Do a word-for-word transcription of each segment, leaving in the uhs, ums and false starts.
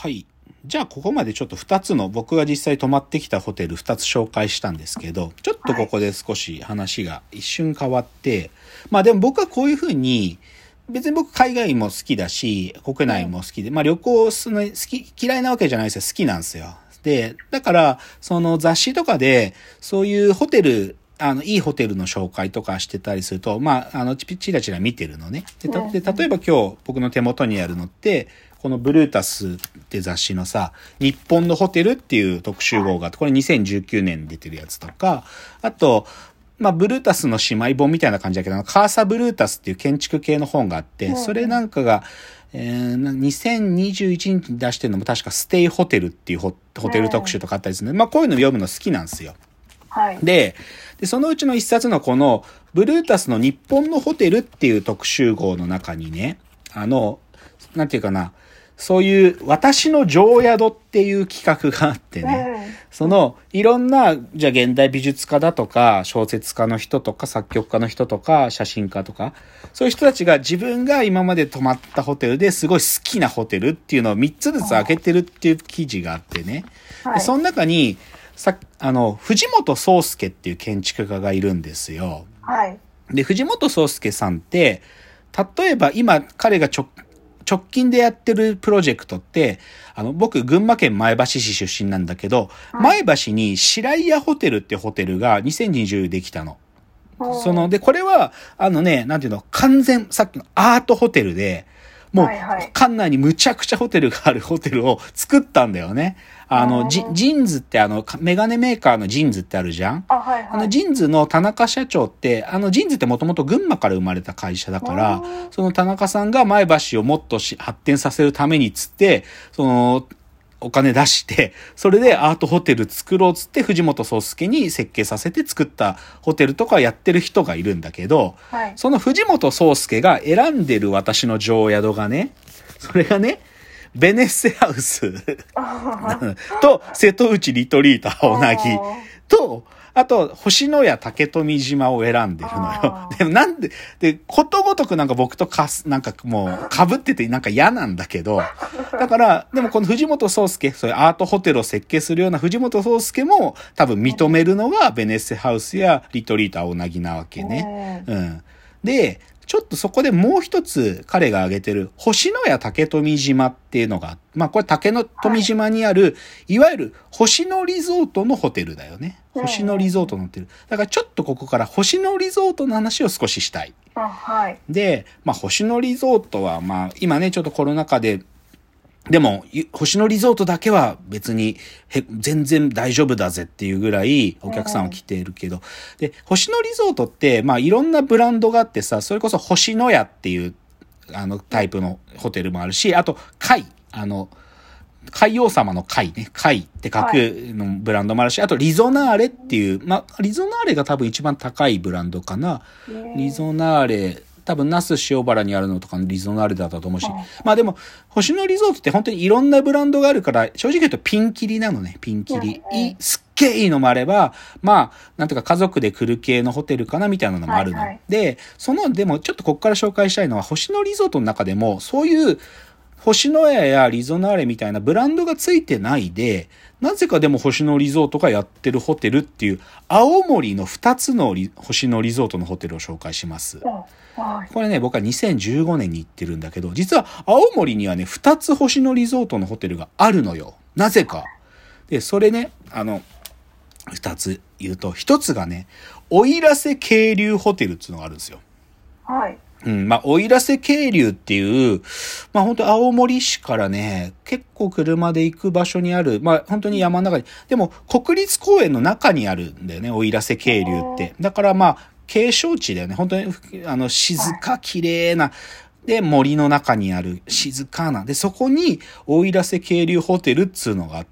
はい。じゃあここまでちょっとふたつの僕が実際泊まってきたホテルふたつ紹介したんですけど、ちょっとここで少し話が一瞬変わって、はい、まあでも僕はこういうふうに、別に僕海外も好きだし、国内も好きで、まあ旅行すの好き、嫌いなわけじゃないですよ。好きなんですよ。で、だから、その雑誌とかで、そういうホテル、あの、いいホテルの紹介とかしてたりすると、まあ、あの、チラチラ見てるのね。で、たで例えば今日僕の手元にあるのって、このブルータスって雑誌のさ、日本のホテルっていう特集号があって、これにせんじゅうきゅうねんに出てるやつとか、あと、まあ、ブルータスの姉妹本みたいな感じだけど、カーサ・ブルータスっていう建築系の本があって、それなんかが、えー、にせんにじゅういちねんに出してるのも確かステイホテルっていうホテル特集とかあったりするので、まあ、こういうの読むの好きなんですよ。 はい。 で、で、そのうちの一冊のこの、ブルータスの日本のホテルっていう特集号の中にね、あの、なんていうかな、そういう私の定宿っていう企画があってね、そのいろんな、じゃあ現代美術家だとか、小説家の人とか、作曲家の人とか、写真家とか、そういう人たちが自分が今まで泊まったホテルですごい好きなホテルっていうのをみっつずつ開けてるっていう記事があってね、でその中に、さあの、藤本壮介っていう建築家がいるんですよ。 はい。 で、藤本壮介さんって、例えば今彼が直、直近でやってるプロジェクトって、あの、僕、群馬県前橋市出身なんだけど、はい、前橋に白井屋ホテルってホテルがにせんにじゅうできたの。その、で、これは、あのね、なんていうの、完全、さっきのアートホテルで、もう、館内にむちゃくちゃホテルがあるホテルを作ったんだよね。あの、ジジンズってあの、メガネメーカーのジンズってあるじゃん。 あ、はいはい、 あの、ジンズの田中社長って、あの、ジンズってもともと群馬から生まれた会社だから、その田中さんが前橋をもっとし発展させるためにつって、その、お金出して、それでアートホテル作ろうつって藤本壮介に設計させて作ったホテルとかやってる人がいるんだけど、 はい、 その藤本壮介が選んでる私の定宿がね、それがね、ベネッセハウスと瀬戸内リトリート青凪と、あと、星のや竹富島を選んでるのよ。でもなんで、で、ことごとくなんか僕とかす、なんかもう被っててなんか嫌なんだけど、だから、でもこの藤本壮介、そういうアートホテルを設計するような藤本壮介も多分認めるのがベネッセハウスやリトリート青凪なわけね。うん。で、ちょっとそこでもう一つ彼が挙げてる星のや竹富島っていうのが、まあこれ竹の富島にある、はい、いわゆる星野リゾートのホテルだよね。星野リゾートのホテル。だからちょっとここから星野リゾートの話を少ししたい。 はい、 で、まあ星野リゾートはまあ今ねちょっとコロナ禍ででも、星野リゾートだけは別に全然大丈夫だぜっていうぐらいお客さんは来ているけど。で、星野リゾートって、まあいろんなブランドがあってさ、それこそ星野屋っていうあのタイプのホテルもあるし、あと、海、あの、海王様の海ね、海って書くのブランドもあるし、あとリゾナーレっていう、まあリゾナーレが多分一番高いブランドかな。リゾナーレ、多分、那須塩原にあるのとかのリゾナーレだったと思うし。まあでも、星野リゾートって本当にいろんなブランドがあるから、正直言うとピンキリなのね、ピンキリ。いい、すっげえいいのもあれば、まあ、なんとか家族で来る系のホテルかなみたいなのもあるの。はいはい、で、その、でもちょっとここから紹介したいのは、星野リゾートの中でも、そういう、星野屋やリゾナーレみたいなブランドがついてないで、なぜかでも星野リゾートがやってるホテルっていう、青森のふたつの星野リゾートのホテルを紹介します。これね、僕はにせんじゅうごねんに行ってるんだけど、実は青森にはね、ふたつ星野リゾートのホテルがあるのよ。なぜか。で、それね、あの、ふたつ言うと、ひとつがね、奥入瀬渓流ホテルっていうのがあるんですよ。 はい。 うん、まあ、奥入瀬渓流っていう、まあ本当青森市からね、結構車で行く場所にある、まあ本当に山の中に、でも国立公園の中にあるんだよね、奥入瀬渓流って。だからまあ、景勝地だよね。本当に、あの、静か綺麗な、で、森の中にある静かな。で、そこに、奥入瀬渓流ホテルっつうのがあって、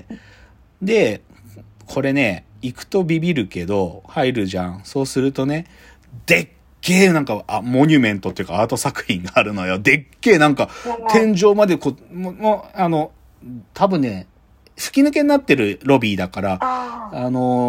で、これね、行くとビビるけど、入るじゃん。そうするとね、でっげえなんか、あ、モニュメントっていうかアート作品があるのよ。でっげえなんか、天井までこう、もう、あの、多分ね、吹き抜けになってるロビーだから、あの、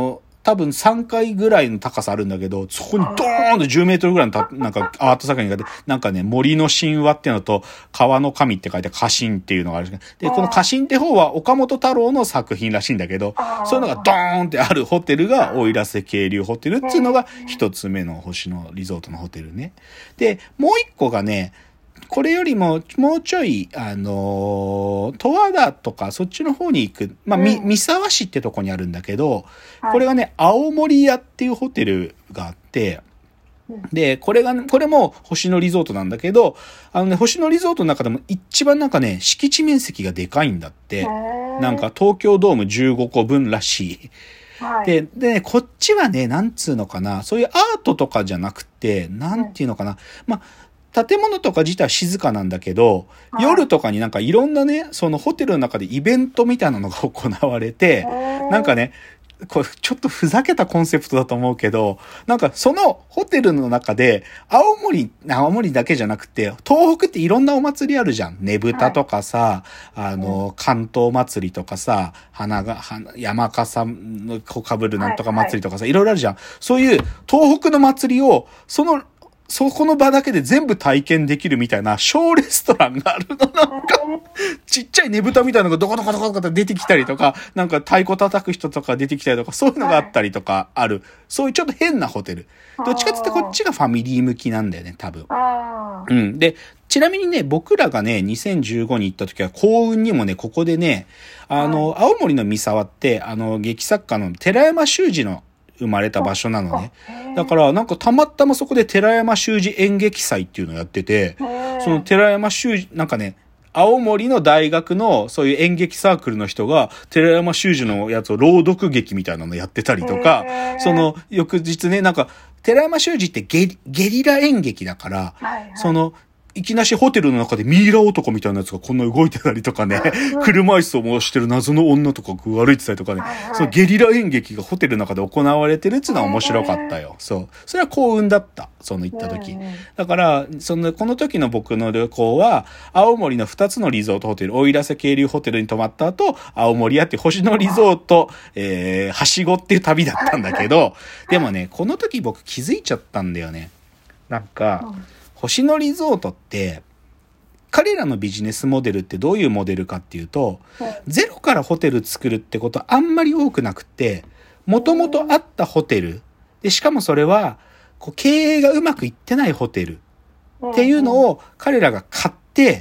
多分さんかいぐらいの高さあるんだけど、そこにドーンとじゅうメートルぐらいのた、なんかアート作品が出て、なんかね、森の神話っていうのと、川の神って書いて家神っていうのがあるんですけど、で、この家神って方は岡本太郎の作品らしいんだけど、そういうのがドーンってあるホテルが、奥入瀬渓流ホテルっていうのが一つ目の星野リゾートのホテルね。で、もう一個がね、これよりも、もうちょい、あのー、十和田とか、そっちの方に行く、まあ、み、三沢市ってとこにあるんだけど、これがね、青森屋っていうホテルがあって、で、これが、これも星野リゾートなんだけど、あのね、星野リゾートの中でも一番なんかね、敷地面積がでかいんだって、なんか東京ドームじゅうごこぶんらしい。はい、で、で、ね、こっちはね、なんつうのかな、そういうアートとかじゃなくて、なんていうのかな、まあ、建物とか自体は静かなんだけど、はい、夜とかになんかいろんなね、そのホテルの中でイベントみたいなのが行われて、なんかね、これちょっとふざけたコンセプトだと思うけど、なんかそのホテルの中で、青森、青森だけじゃなくて、東北っていろんなお祭りあるじゃん。ねぶたとかさ、はい、あの、関東祭りとかさ、花が、山笠の子かぶるなんとか祭りとかさ、はいはい、いろいろあるじゃん。そういう東北の祭りを、その、そこの場だけで全部体験できるみたいな小レストランがあるの。なんか、ちっちゃいねぶたみたいなのがドコドコドコドコって出てきたりとか、なんか太鼓叩く人とか出てきたりとか、そういうのがあったりとかある。そういうちょっと変なホテル。どっちかって言ってこっちがファミリー向きなんだよね、多分。うん。で、ちなみにね、僕らがね、にせんじゅうごに行った時は幸運にもね、ここでね、あの、青森の三沢って、あの、劇作家の寺山修司の生まれた場所なのね。だからなんかたまたまそこで寺山修司演劇祭っていうのをやってて、その寺山修司、なんかね、青森の大学のそういう演劇サークルの人が寺山修司のやつを朗読劇みたいなのやってたりとか、その翌日ね、なんか寺山修司ってゲリ、ゲリラ演劇だから、はいはい、そのいきなしホテルの中でミイラ男みたいなやつがこんな動いてたりとかね、車椅子を回してる謎の女とか歩いてたりとかね、そのゲリラ演劇がホテルの中で行われてるっていうのは面白かったよ。そう。それは幸運だった。その行った時。だから、その、この時の僕の旅行は、青森のふたつのリゾートホテル、奥入瀬渓流ホテルに泊まった後、青森屋って星野リゾート、えー、はしごっていう旅だったんだけど、でもね、この時僕気づいちゃったんだよね。なんか、星野リゾートって、彼らのビジネスモデルってどういうモデルかっていうと、ゼロからホテル作るってことあんまり多くなくて、もともとあったホテル、で、しかもそれは、こう経営がうまくいってないホテルっていうのを彼らが買って、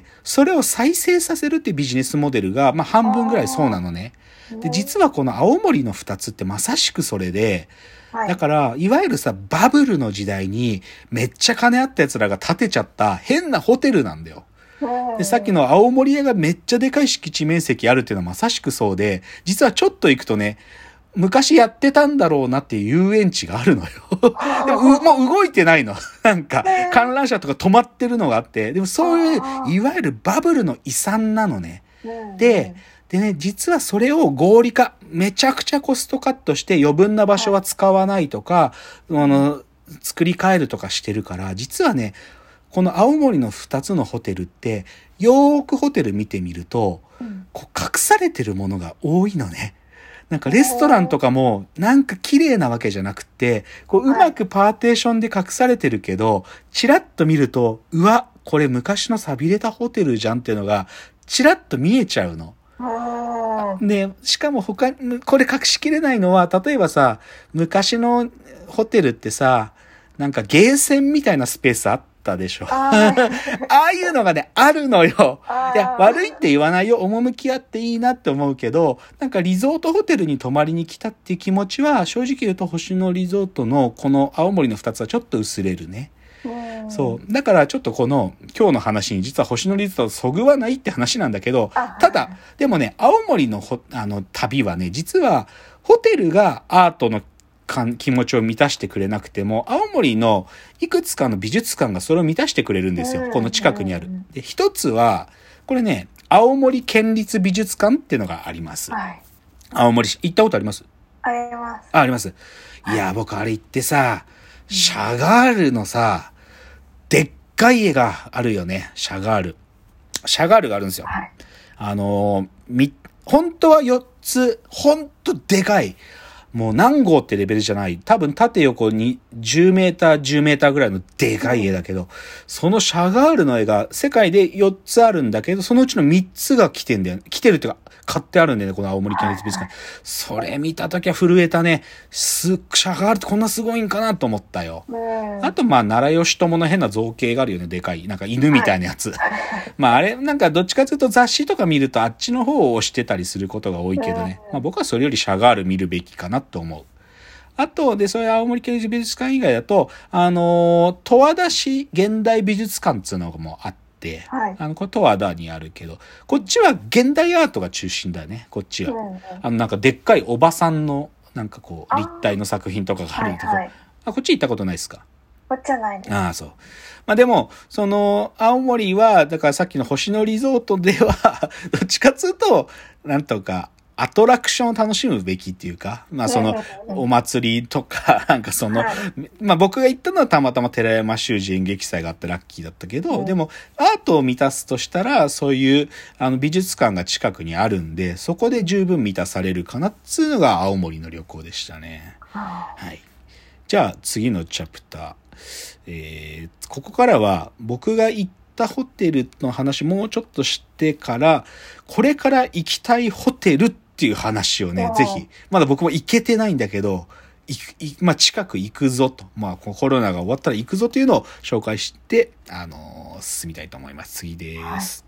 それを再生させるっていうビジネスモデルが、まあ半分ぐらいそうなのね。で、実はこの青森の二つってまさしくそれで、だから、いわゆるさ、バブルの時代にめっちゃ金あった奴らが建てちゃった変なホテルなんだよ。で、さっきの青森屋がめっちゃでかい敷地面積あるっていうのはまさしくそうで、実はちょっと行くとね、昔やってたんだろうなっていう遊園地があるのよ。でも、もう動いてないの。なんか、観覧車とか止まってるのがあって、でもそういう、いわゆるバブルの遺産なのね。で、でね、実はそれを合理化、めちゃくちゃコストカットして余分な場所は使わないとか、あの、作り変えるとかしてるから、実はね、この青森の二つのホテルって、よーくホテル見てみると、こう隠されてるものが多いのね。なんかレストランとかもなんか綺麗なわけじゃなくて、こううまくパーテーションで隠されてるけど、チラッと見ると、うわ、これ昔の寂れたホテルじゃんっていうのが、チラッと見えちゃうの。で、しかも他に、これ隠しきれないのは、例えばさ、昔のホテルってさ、なんかゲーセンみたいなスペースあったでしょ。あ, ああいうのがね、あるのよ。いや、悪いって言わないよ。趣あっていいなって思うけど、なんかリゾートホテルに泊まりに来たっていう気持ちは、正直言うと星野リゾートのこの青森の二つはちょっと薄れるね。そう。だからちょっとこの今日の話に実は星野リゾートとそぐわないって話なんだけど、ただ、でもね、青森のほあの旅はね、実はホテルがアートの気持ちを満たしてくれなくても、青森のいくつかの美術館がそれを満たしてくれるんですよ。この近くにある。で、一つは、これね、青森県立美術館っていうのがあります。はい、青森市、行ったことあります？ あります。 あ、あります。いや、僕あれ行ってさ、シャガールのさ、でっかい絵があるよね。シャガール。シャガールがあるんですよ。はい、あのー、み、本当はよっつ、ほんとでかい。 もう何号ってレベルじゃない。多分縦横にじゅうメーター、じゅうメーターぐらいのでかい絵だけど、そのシャガールの絵が世界でよっつあるんだけど、そのうちのみっつが来てんだよ。来てるっていうか、買ってあるんだよね、この青森県立美術館。それ見たときは震えたね。す、シャガールってこんなすごいんかなと思ったよ。あと、まあ、奈良義朝の変な造形があるよね、でかい。なんか犬みたいなやつ。まあ、あれ、なんかどっちかというと雑誌とか見るとあっちの方を推してたりすることが多いけどね。まあ、僕はそれよりシャガール見るべきかなと思う。あと、で、そういう青森県立美術館以外だと、あのー、十和田市現代美術館っていうのもあって、はい、あの、これ十和田にあるけど、こっちは現代アートが中心だよね、こっちは。うんうん、あの、なんかでっかいおばさんの、なんかこう、立体の作品とかがあるけど、はいはい、あ、こっち行ったことないですか？ こっちはないです。 ああ、そう。まあでも、その、青森は、だからさっきの星野リゾートでは、どっちかっつうと、なんとか、アトラクションを楽しむべきっていうか、まあその、お祭りとか、なんかその、はい、まあ僕が行ったのはたまたま寺山修司演劇祭があってラッキーだったけど、うん、でもアートを満たすとしたら、そういうあの美術館が近くにあるんで、そこで十分満たされるかなっつうのが青森の旅行でしたね。はい。じゃあ次のチャプター。えー、ここからは僕が行ったホテルの話もうちょっとしてから、これから行きたいホテルっていう話をね、ぜひ、まだ僕も行けてないんだけど、いいまあ、近く行くぞと、まあ、コロナが終わったら行くぞというのを紹介して、あのー、進みたいと思います。次です。はい。